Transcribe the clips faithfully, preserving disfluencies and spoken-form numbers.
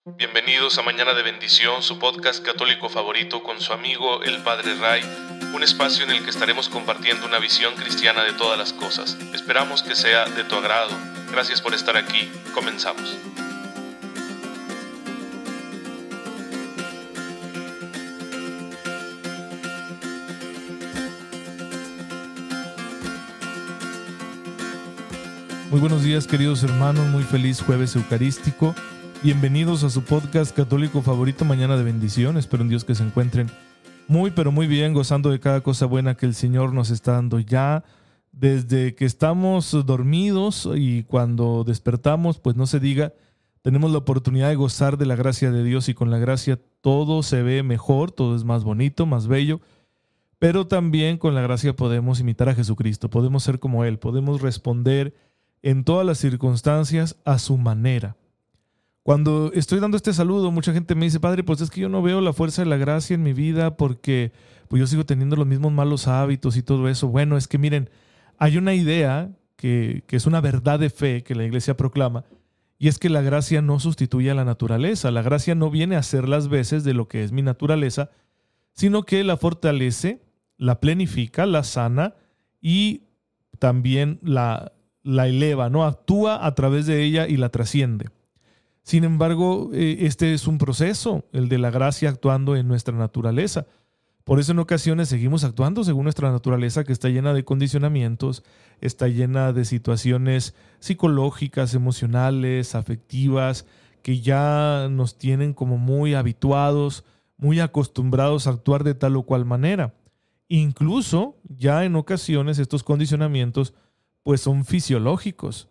Bienvenidos a Mañana de Bendición, su podcast católico favorito con su amigo el Padre Ray, un espacio en el que estaremos compartiendo una visión cristiana de todas las cosas. Esperamos que sea de tu agrado. Gracias por estar aquí. Comenzamos. Muy buenos días, queridos hermanos, muy feliz jueves eucarístico. Bienvenidos a su podcast católico favorito, Mañana de Bendición. Espero en Dios que se encuentren muy, pero muy bien, gozando de cada cosa buena que el Señor nos está dando ya. Desde que estamos dormidos y cuando despertamos, pues no se diga, tenemos la oportunidad de gozar de la gracia de Dios, y con la gracia todo se ve mejor, todo es más bonito, más bello. Pero también con la gracia podemos imitar a Jesucristo, podemos ser como Él, podemos responder en todas las circunstancias a su manera. Cuando estoy dando este saludo, mucha gente me dice: Padre, pues es que yo no veo la fuerza de la gracia en mi vida porque pues yo sigo teniendo los mismos malos hábitos y todo eso. Bueno, es que miren, hay una idea que, que es una verdad de fe que la Iglesia proclama, y es que la gracia no sustituye a la naturaleza. La gracia no viene a hacer las veces de lo que es mi naturaleza, sino que la fortalece, la plenifica, la sana y también la la eleva, ¿no? Actúa a través de ella y la trasciende. Sin embargo, este es un proceso, el de la gracia actuando en nuestra naturaleza. Por eso en ocasiones seguimos actuando según nuestra naturaleza, que está llena de condicionamientos, está llena de situaciones psicológicas, emocionales, afectivas, que ya nos tienen como muy habituados, muy acostumbrados a actuar de tal o cual manera. Incluso ya en ocasiones estos condicionamientos pues son fisiológicos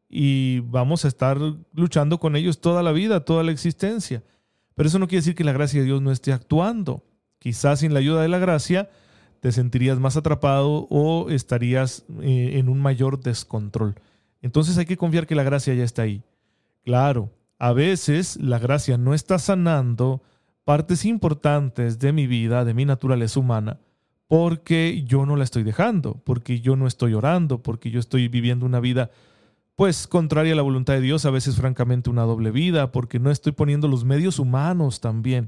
y vamos a estar luchando con ellos toda la vida, toda la existencia. Pero eso no quiere decir que la gracia de Dios no esté actuando. Quizás sin la ayuda de la gracia te sentirías más atrapado o estarías eh, en un mayor descontrol. Entonces hay que confiar que la gracia ya está ahí. Claro, a veces la gracia no está sanando partes importantes de mi vida, de mi naturaleza humana, porque yo no la estoy dejando, porque yo no estoy orando, porque yo estoy viviendo una vida pues contraria a la voluntad de Dios, a veces francamente una doble vida, porque no estoy poniendo los medios humanos también.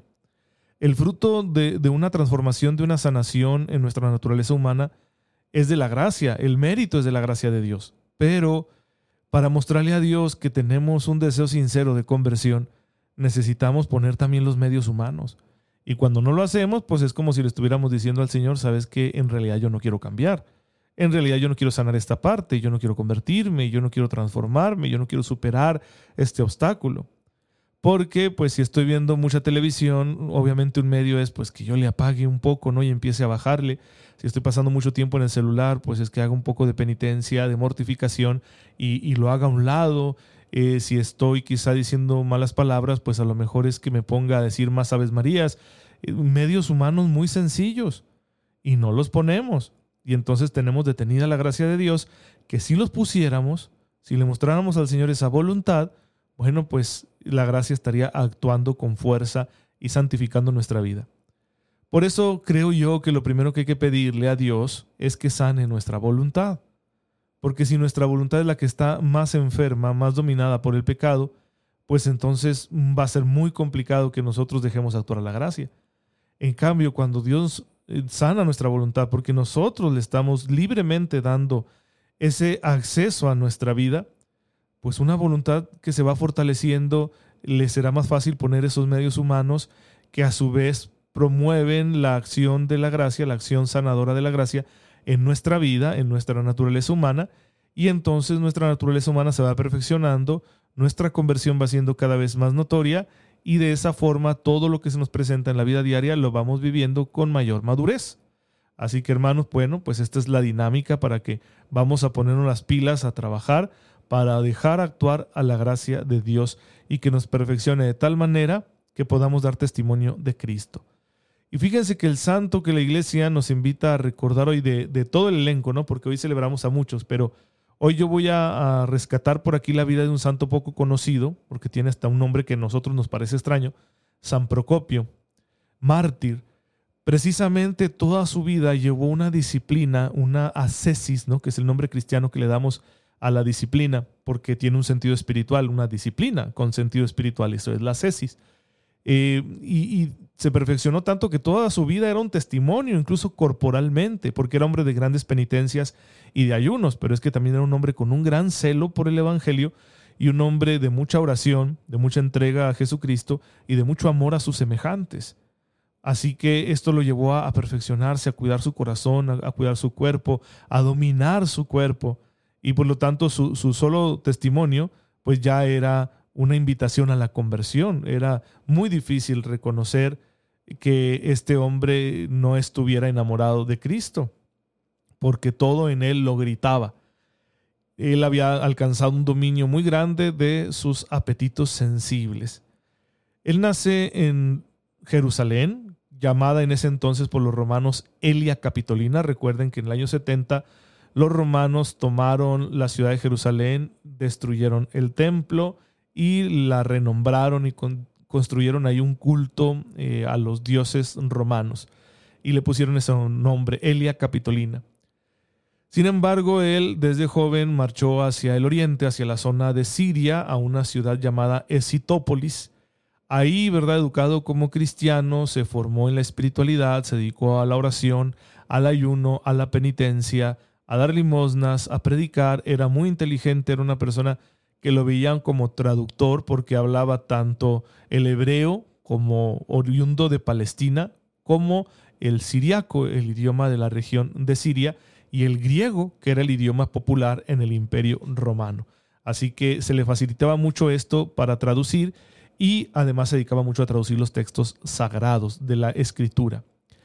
El fruto de, de una transformación, de una sanación en nuestra naturaleza humana es de la gracia, el mérito es de la gracia de Dios. Pero para mostrarle a Dios que tenemos un deseo sincero de conversión, necesitamos poner también los medios humanos. Y cuando no lo hacemos, pues es como si le estuviéramos diciendo al Señor: sabes que en realidad yo no quiero cambiar, en realidad yo no quiero sanar esta parte, yo no quiero convertirme, yo no quiero transformarme, yo no quiero superar este obstáculo. Porque pues si estoy viendo mucha televisión, obviamente un medio es pues que yo le apague un poco, ¿no? Y empiece a bajarle. Si estoy pasando mucho tiempo en el celular, pues es que haga un poco de penitencia, de mortificación y, y lo haga a un lado. Eh, si estoy quizá diciendo malas palabras, pues a lo mejor es que me ponga a decir más Aves Marías. Eh, medios humanos muy sencillos y no los ponemos. Y entonces tenemos detenida la gracia de Dios, que si los pusiéramos, si le mostráramos al Señor esa voluntad, bueno, pues la gracia estaría actuando con fuerza y santificando nuestra vida. Por eso creo yo que lo primero que hay que pedirle a Dios es que sane nuestra voluntad. Porque si nuestra voluntad es la que está más enferma, más dominada por el pecado, pues entonces va a ser muy complicado que nosotros dejemos actuar a la gracia. En cambio, cuando Dios sana nuestra voluntad, porque nosotros le estamos libremente dando ese acceso a nuestra vida, pues una voluntad que se va fortaleciendo, le será más fácil poner esos medios humanos que a su vez promueven la acción de la gracia, la acción sanadora de la gracia en nuestra vida, en nuestra naturaleza humana, y entonces nuestra naturaleza humana se va perfeccionando, nuestra conversión va siendo cada vez más notoria, y de esa forma todo lo que se nos presenta en la vida diaria lo vamos viviendo con mayor madurez. Así que, hermanos, bueno, pues esta es la dinámica para que vamos a ponernos las pilas a trabajar para dejar actuar a la gracia de Dios y que nos perfeccione de tal manera que podamos dar testimonio de Cristo. Y fíjense que el santo que la Iglesia nos invita a recordar hoy de, de todo el elenco, ¿no? Porque hoy celebramos a muchos, pero hoy yo voy a, a rescatar por aquí la vida de un santo poco conocido, porque tiene hasta un nombre que a nosotros nos parece extraño: San Procopio, mártir. Precisamente toda su vida llevó una disciplina, una ascesis, ¿no? Que es el nombre cristiano que le damos a la disciplina. porque tiene un sentido espiritual, una disciplina con sentido espiritual, eso es la ascesis. Eh, y, y se perfeccionó tanto que toda su vida era un testimonio, incluso corporalmente, porque era hombre de grandes penitencias y de ayunos, pero es que también era un hombre con un gran celo por el evangelio y un hombre de mucha oración, de mucha entrega a Jesucristo y de mucho amor a sus semejantes. Así que esto lo llevó a, a perfeccionarse, a cuidar su corazón, a, a cuidar su cuerpo, a dominar su cuerpo, y por lo tanto su, su solo testimonio pues ya era una invitación a la conversión. Era muy difícil reconocer que este hombre no estuviera enamorado de Cristo, porque todo en él lo gritaba. Él había alcanzado un dominio muy grande de sus apetitos sensibles. Él nace en Jerusalén, llamada en ese entonces por los romanos Aelia Capitolina. Recuerden que en el año setenta los romanos tomaron la ciudad de Jerusalén, destruyeron el templo y la renombraron y con, construyeron ahí un culto eh, a los dioses romanos y le pusieron ese nombre, Aelia Capitolina. Sin embargo, él desde joven marchó hacia el oriente, hacia la zona de Siria, a una ciudad llamada Escitópolis. Ahí, ¿verdad?, educado como cristiano, se formó en la espiritualidad, se dedicó a la oración, al ayuno, a la penitencia, a dar limosnas, a predicar. Era muy inteligente, era una persona que lo veían como traductor porque hablaba tanto el hebreo como oriundo de Palestina, como el siriaco, el idioma de la región de Siria, y el griego, que era el idioma popular en el Imperio Romano. Así que se le facilitaba mucho esto para traducir, y además se dedicaba mucho a traducir los textos sagrados de la Escritura.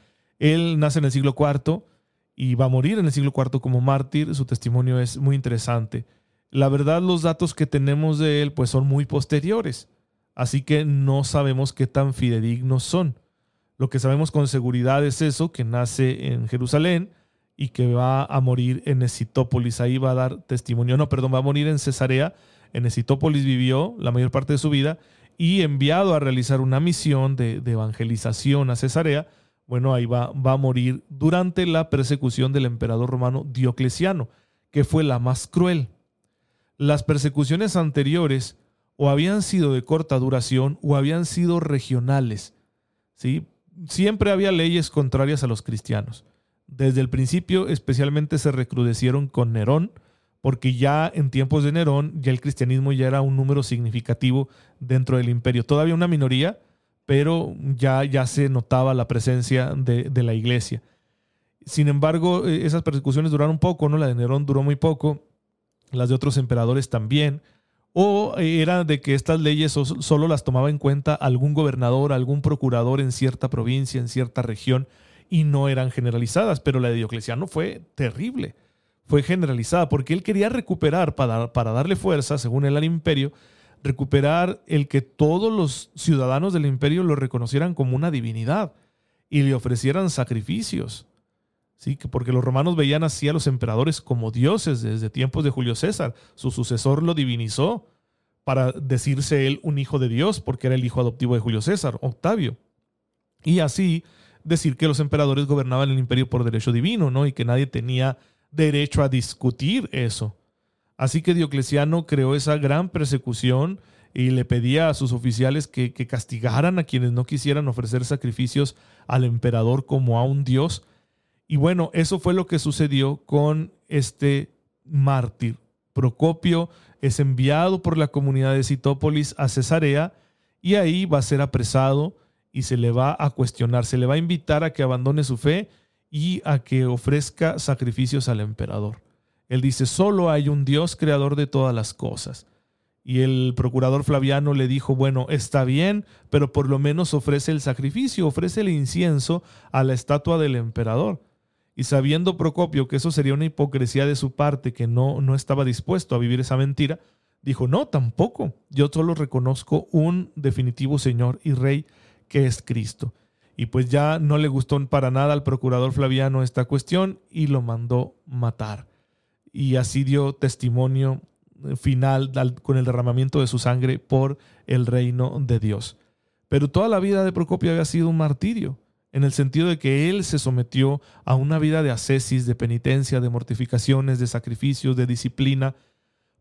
Él nace en el siglo cuarto y va a morir en el siglo cuarto como mártir. Su testimonio es muy interesante. La verdad, los datos que tenemos de él pues son muy posteriores, así que no sabemos qué tan fidedignos son. Lo que sabemos con seguridad es eso, que nace en Jerusalén y que va a morir en Escitópolis. Ahí va a dar testimonio. No, perdón, va a morir en Cesarea. En Escitópolis vivió la mayor parte de su vida y enviado a realizar una misión de, de evangelización a Cesarea. Bueno, ahí va, va a morir durante la persecución del emperador romano Diocleciano, que fue la más cruel. Las persecuciones anteriores o habían sido de corta duración o habían sido regionales, ¿sí? Siempre había leyes contrarias a los cristianos. Desde el principio especialmente se recrudecieron con Nerón, porque ya en tiempos de Nerón ya el cristianismo ya era un número significativo dentro del imperio. Todavía una minoría, pero ya, ya se notaba la presencia de, de la iglesia. Sin embargo, esas persecuciones duraron poco, ¿no? La de Nerón duró muy poco, las de otros emperadores también. O era de que estas leyes solo las tomaba en cuenta algún gobernador, algún procurador en cierta provincia, en cierta región, y no eran generalizadas. Pero la de Diocleciano fue terrible, fue generalizada, porque él quería recuperar, para, para darle fuerza, según él, al imperio, recuperar el que todos los ciudadanos del imperio lo reconocieran como una divinidad y le ofrecieran sacrificios. Sí, porque los romanos veían así a los emperadores como dioses desde tiempos de Julio César. Su sucesor lo divinizó para decirse él un hijo de Dios, porque era el hijo adoptivo de Julio César, Octavio. Y así decir que los emperadores gobernaban el imperio por derecho divino, ¿no? Y que nadie tenía derecho a discutir eso. Así que Diocleciano creó esa gran persecución y le pedía a sus oficiales que, que castigaran a quienes no quisieran ofrecer sacrificios al emperador como a un dios. Y bueno, eso fue lo que sucedió con este mártir. Procopio es enviado por la comunidad de Escitópolis a Cesarea y ahí va a ser apresado y se le va a cuestionar, se le va a invitar a que abandone su fe y a que ofrezca sacrificios al emperador. Él dice, solo hay un Dios creador de todas las cosas. Y el procurador Flaviano le dijo, bueno, está bien, pero por lo menos ofrece el sacrificio, ofrece el incienso a la estatua del emperador. Y sabiendo Procopio que eso sería una hipocresía de su parte, que no, no estaba dispuesto a vivir esa mentira, dijo, no, tampoco. Yo solo reconozco un definitivo Señor y Rey, que es Cristo. Y pues ya no le gustó para nada al procurador Flaviano esta cuestión y lo mandó matar. Y así dio testimonio final con el derramamiento de su sangre por el reino de Dios. Pero toda la vida de Procopio había sido un martirio, en el sentido de que él se sometió a una vida de ascesis, de penitencia, de mortificaciones, de sacrificios, de disciplina,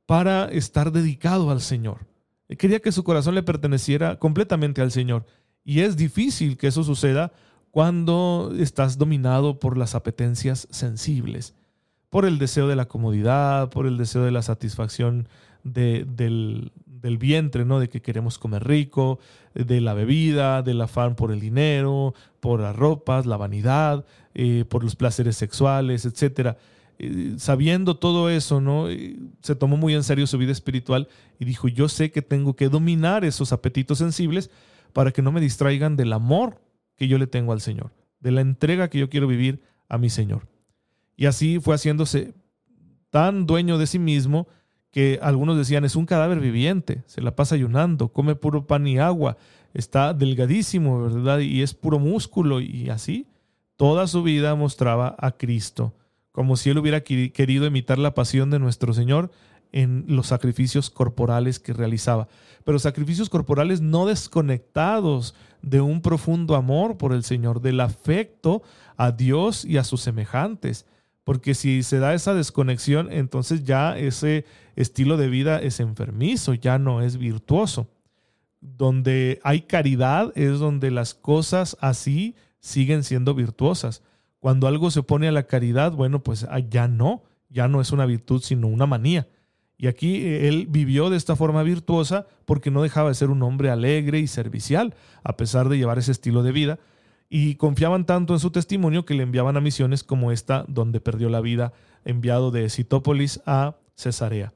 para estar dedicado al Señor. Él quería que su corazón le perteneciera completamente al Señor. Y es difícil que eso suceda cuando estás dominado por las apetencias sensibles, por el deseo de la comodidad, por el deseo de la satisfacción de, del, del vientre, ¿no? De que queremos comer rico, de la bebida, del afán por el dinero, por las ropas, la vanidad, eh, por los placeres sexuales, etcétera. Eh, sabiendo todo eso, ¿no? Eh, se tomó muy en serio su vida espiritual y dijo, yo sé que tengo que dominar esos apetitos sensibles para que no me distraigan del amor que yo le tengo al Señor, de la entrega que yo quiero vivir a mi Señor. Y así fue haciéndose tan dueño de sí mismo que algunos decían, es un cadáver viviente, se la pasa ayunando, come puro pan y agua, está delgadísimo, ¿verdad? Y es puro músculo, y así toda su vida mostraba a Cristo, como si él hubiera querido imitar la pasión de nuestro Señor en los sacrificios corporales que realizaba. Pero sacrificios corporales no desconectados de un profundo amor por el Señor, del afecto a Dios y a sus semejantes. Porque si se da esa desconexión, entonces ya ese estilo de vida es enfermizo, ya no es virtuoso. Donde hay caridad es donde las cosas así siguen siendo virtuosas. Cuando algo se opone a la caridad, bueno, pues ya no, ya no es una virtud, sino una manía. Y aquí él vivió de esta forma virtuosa porque no dejaba de ser un hombre alegre y servicial, a pesar de llevar ese estilo de vida. Y confiaban tanto en su testimonio que le enviaban a misiones como esta, donde perdió la vida, enviado de Citópolis a Cesarea.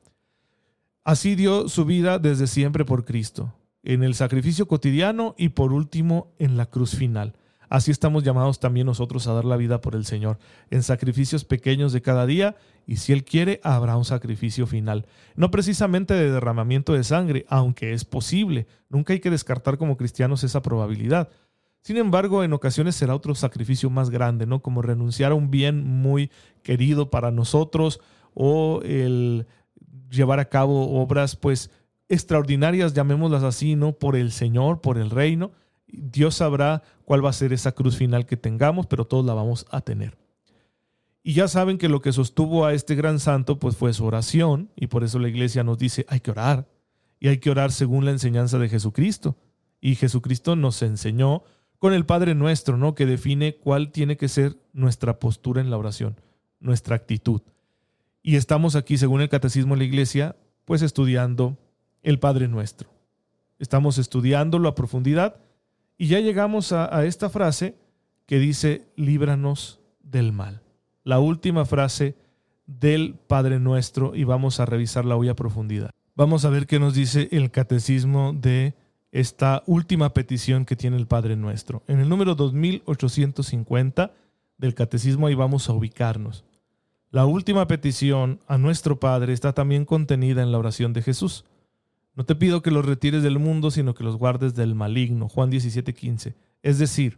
Así dio su vida desde siempre por Cristo, en el sacrificio cotidiano y por último en la cruz final. Así estamos llamados también nosotros a dar la vida por el Señor, en sacrificios pequeños de cada día, y si Él quiere, habrá un sacrificio final. No precisamente de derramamiento de sangre, aunque es posible. Nunca hay que descartar como cristianos esa probabilidad. Sin embargo, en ocasiones será otro sacrificio más grande, ¿no? Como renunciar a un bien muy querido para nosotros, o el llevar a cabo obras pues extraordinarias, llamémoslas así, ¿no? Por el Señor, por el reino. Dios sabrá cuál va a ser esa cruz final que tengamos, pero todos la vamos a tener. Y ya saben que lo que sostuvo a este gran santo pues fue su oración, y por eso la iglesia nos dice hay que orar, y hay que orar según la enseñanza de Jesucristo. Y Jesucristo nos enseñó con el Padre Nuestro, ¿no? Que define cuál tiene que ser nuestra postura en la oración, nuestra actitud. Y estamos aquí, según el Catecismo de la Iglesia, pues estudiando el Padre Nuestro. Estamos estudiándolo a profundidad y ya llegamos a, a esta frase que dice, líbranos del mal. La última frase del Padre Nuestro, y vamos a revisarla hoy a profundidad. Vamos a ver qué nos dice el Catecismo de esta última petición que tiene el Padre Nuestro. En el número dos mil ochocientos cincuenta del Catecismo, ahí vamos a ubicarnos. La última petición a nuestro Padre está también contenida en la oración de Jesús. No te pido que los retires del mundo, sino que los guardes del maligno. Juan diecisiete quince. Es decir,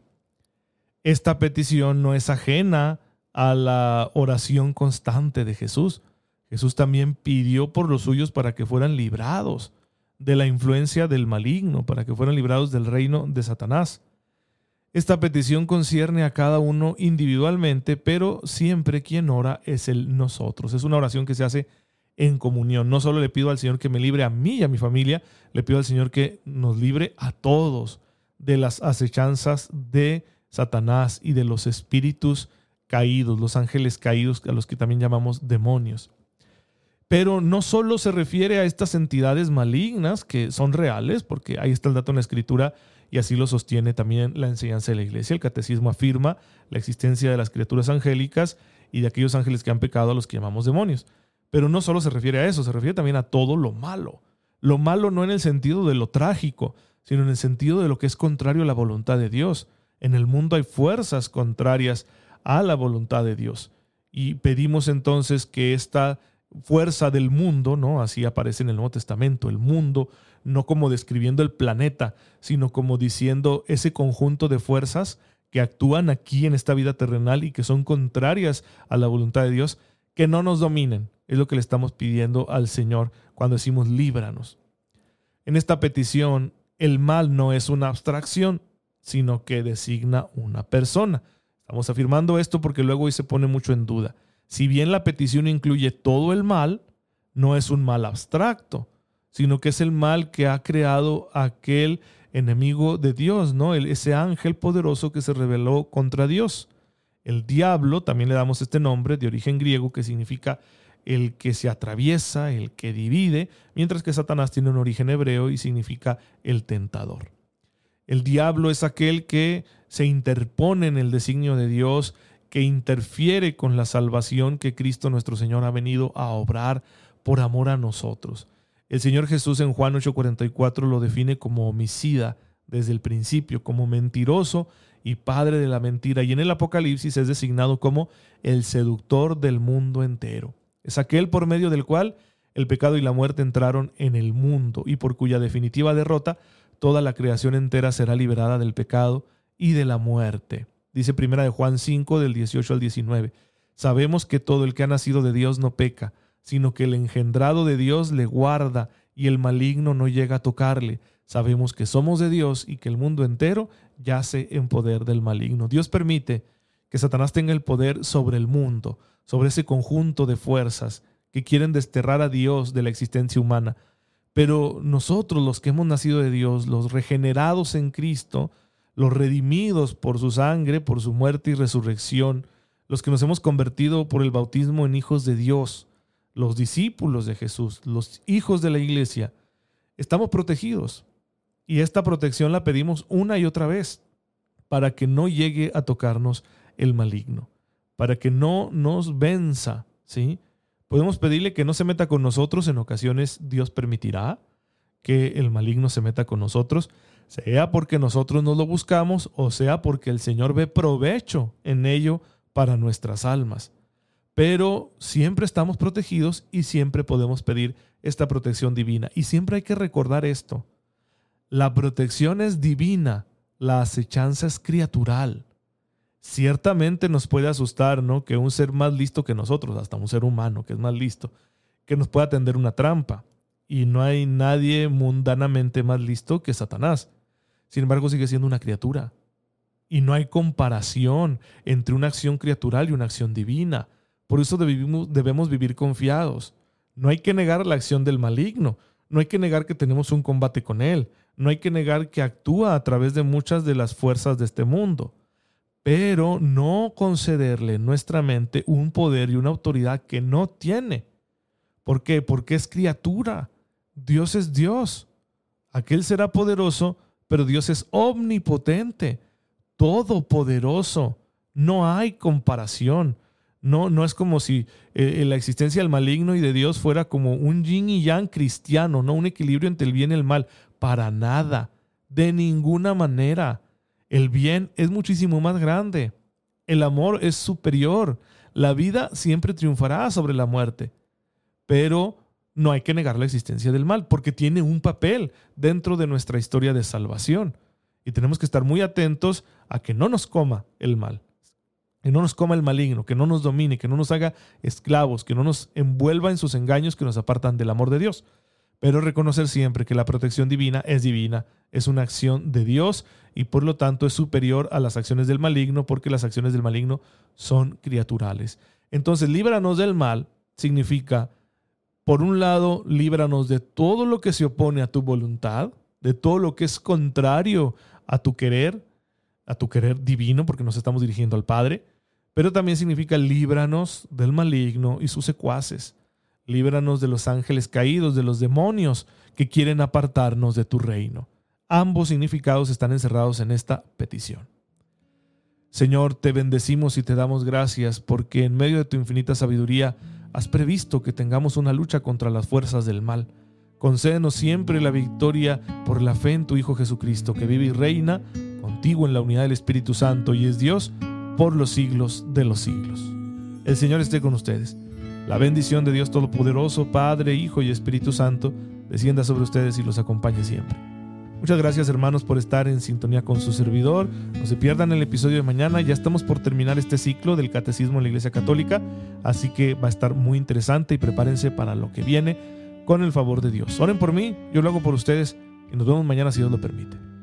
esta petición no es ajena a la oración constante de Jesús. Jesús también pidió por los suyos para que fueran librados de la influencia del maligno, para que fueran librados del reino de Satanás. Esta petición concierne a cada uno individualmente, pero siempre quien ora es el nosotros. Es una oración que se hace en comunión. No solo le pido al Señor que me libre a mí y a mi familia, le pido al Señor que nos libre a todos de las acechanzas de Satanás y de los espíritus caídos, los ángeles caídos, a los que también llamamos demonios. Pero no solo se refiere a estas entidades malignas que son reales, porque ahí está el dato en la Escritura y así lo sostiene también la enseñanza de la Iglesia. El Catecismo afirma la existencia de las criaturas angélicas y de aquellos ángeles que han pecado, a los que llamamos demonios. Pero no solo se refiere a eso, se refiere también a todo lo malo. Lo malo no en el sentido de lo trágico, sino en el sentido de lo que es contrario a la voluntad de Dios. En el mundo hay fuerzas contrarias a la voluntad de Dios. Y pedimos entonces que esta fuerza del mundo, ¿no? Así aparece en el Nuevo Testamento, el mundo, no como describiendo el planeta, sino como diciendo ese conjunto de fuerzas que actúan aquí en esta vida terrenal y que son contrarias a la voluntad de Dios, que no nos dominen. Es lo que le estamos pidiendo al Señor cuando decimos líbranos. En esta petición, el mal no es una abstracción, sino que designa una persona. Estamos afirmando esto porque luego hoy se pone mucho en duda. Si bien la petición incluye todo el mal, no es un mal abstracto, sino que es el mal que ha creado aquel enemigo de Dios, ¿no? El, ese ángel poderoso que se rebeló contra Dios. El diablo, también le damos este nombre de origen griego que significa el que se atraviesa, el que divide, mientras que Satanás tiene un origen hebreo y significa el tentador. El diablo es aquel que se interpone en el designio de Dios, que interfiere con la salvación que Cristo nuestro Señor ha venido a obrar por amor a nosotros. El Señor Jesús en Juan ocho cuarenta y cuatro lo define como homicida desde el principio, como mentiroso y padre de la mentira, y en el Apocalipsis es designado como el seductor del mundo entero. Es aquel por medio del cual el pecado y la muerte entraron en el mundo y por cuya definitiva derrota toda la creación entera será liberada del pecado y de la muerte. Dice primera de Juan cinco del dieciocho al diecinueve. Sabemos que todo el que ha nacido de Dios no peca, sino que el engendrado de Dios le guarda y el maligno no llega a tocarle. Sabemos que somos de Dios y que el mundo entero yace en poder del maligno. Dios permite que Satanás tenga el poder sobre el mundo, sobre ese conjunto de fuerzas que quieren desterrar a Dios de la existencia humana. Pero nosotros, los que hemos nacido de Dios, los regenerados en Cristo, los redimidos por su sangre, por su muerte y resurrección, los que nos hemos convertido por el bautismo en hijos de Dios, los discípulos de Jesús, los hijos de la iglesia, estamos protegidos. Y esta protección la pedimos una y otra vez para que no llegue a tocarnos el maligno, para que no nos venza, ¿sí? Podemos pedirle que no se meta con nosotros. En ocasiones Dios permitirá que el maligno se meta con nosotros, sea porque nosotros no lo buscamos o sea porque el Señor ve provecho en ello para nuestras almas. Pero siempre estamos protegidos y siempre podemos pedir esta protección divina. Y siempre hay que recordar esto. La protección es divina, la acechanza es criatural. Ciertamente nos puede asustar, ¿no?, que un ser más listo que nosotros, hasta un ser humano que es más listo, que nos pueda tender una trampa. Y no hay nadie mundanamente más listo que Satanás. Sin embargo, sigue siendo una criatura. Y no hay comparación entre una acción criatural y una acción divina. Por eso debemos, debemos vivir confiados. No hay que negar la acción del maligno. No hay que negar que tenemos un combate con él. No hay que negar que actúa a través de muchas de las fuerzas de este mundo. Pero no concederle en nuestra mente un poder y una autoridad que no tiene. ¿Por qué? Porque es criatura. Dios es Dios. Aquel será poderoso, pero Dios es omnipotente, todopoderoso. No hay comparación. No, no es como si eh, la existencia del maligno y de Dios fuera como un yin y yang cristiano, no un equilibrio entre el bien y el mal. Para nada, de ninguna manera. El bien es muchísimo más grande. El amor es superior. La vida siempre triunfará sobre la muerte. Pero no hay que negar la existencia del mal, porque tiene un papel dentro de nuestra historia de salvación. Y tenemos que estar muy atentos a que no nos coma el mal. Que no nos coma el maligno, que no nos domine, que no nos haga esclavos, que no nos envuelva en sus engaños que nos apartan del amor de Dios. Pero reconocer siempre que la protección divina es divina, es una acción de Dios y por lo tanto es superior a las acciones del maligno, porque las acciones del maligno son criaturales. Entonces, líbranos del mal significa, por un lado, líbranos de todo lo que se opone a tu voluntad, de todo lo que es contrario a tu querer, a tu querer divino, porque nos estamos dirigiendo al Padre. Pero también significa líbranos del maligno y sus secuaces. Líbranos de los ángeles caídos, de los demonios que quieren apartarnos de tu reino. Ambos significados están encerrados en esta petición. Señor, te bendecimos y te damos gracias porque en medio de tu infinita sabiduría has previsto que tengamos una lucha contra las fuerzas del mal. Concédenos siempre la victoria por la fe en tu Hijo Jesucristo, que vive y reina contigo en la unidad del Espíritu Santo y es Dios por los siglos de los siglos. El Señor esté con ustedes. La bendición de Dios Todopoderoso, Padre, Hijo y Espíritu Santo, descienda sobre ustedes y los acompañe siempre. Muchas gracias, hermanos, por estar en sintonía con su servidor. No se pierdan el episodio de mañana. Ya estamos por terminar este ciclo del Catecismo en la Iglesia Católica, así que va a estar muy interesante y prepárense para lo que viene con el favor de Dios. Oren por mí, yo lo hago por ustedes y nos vemos mañana si Dios lo permite.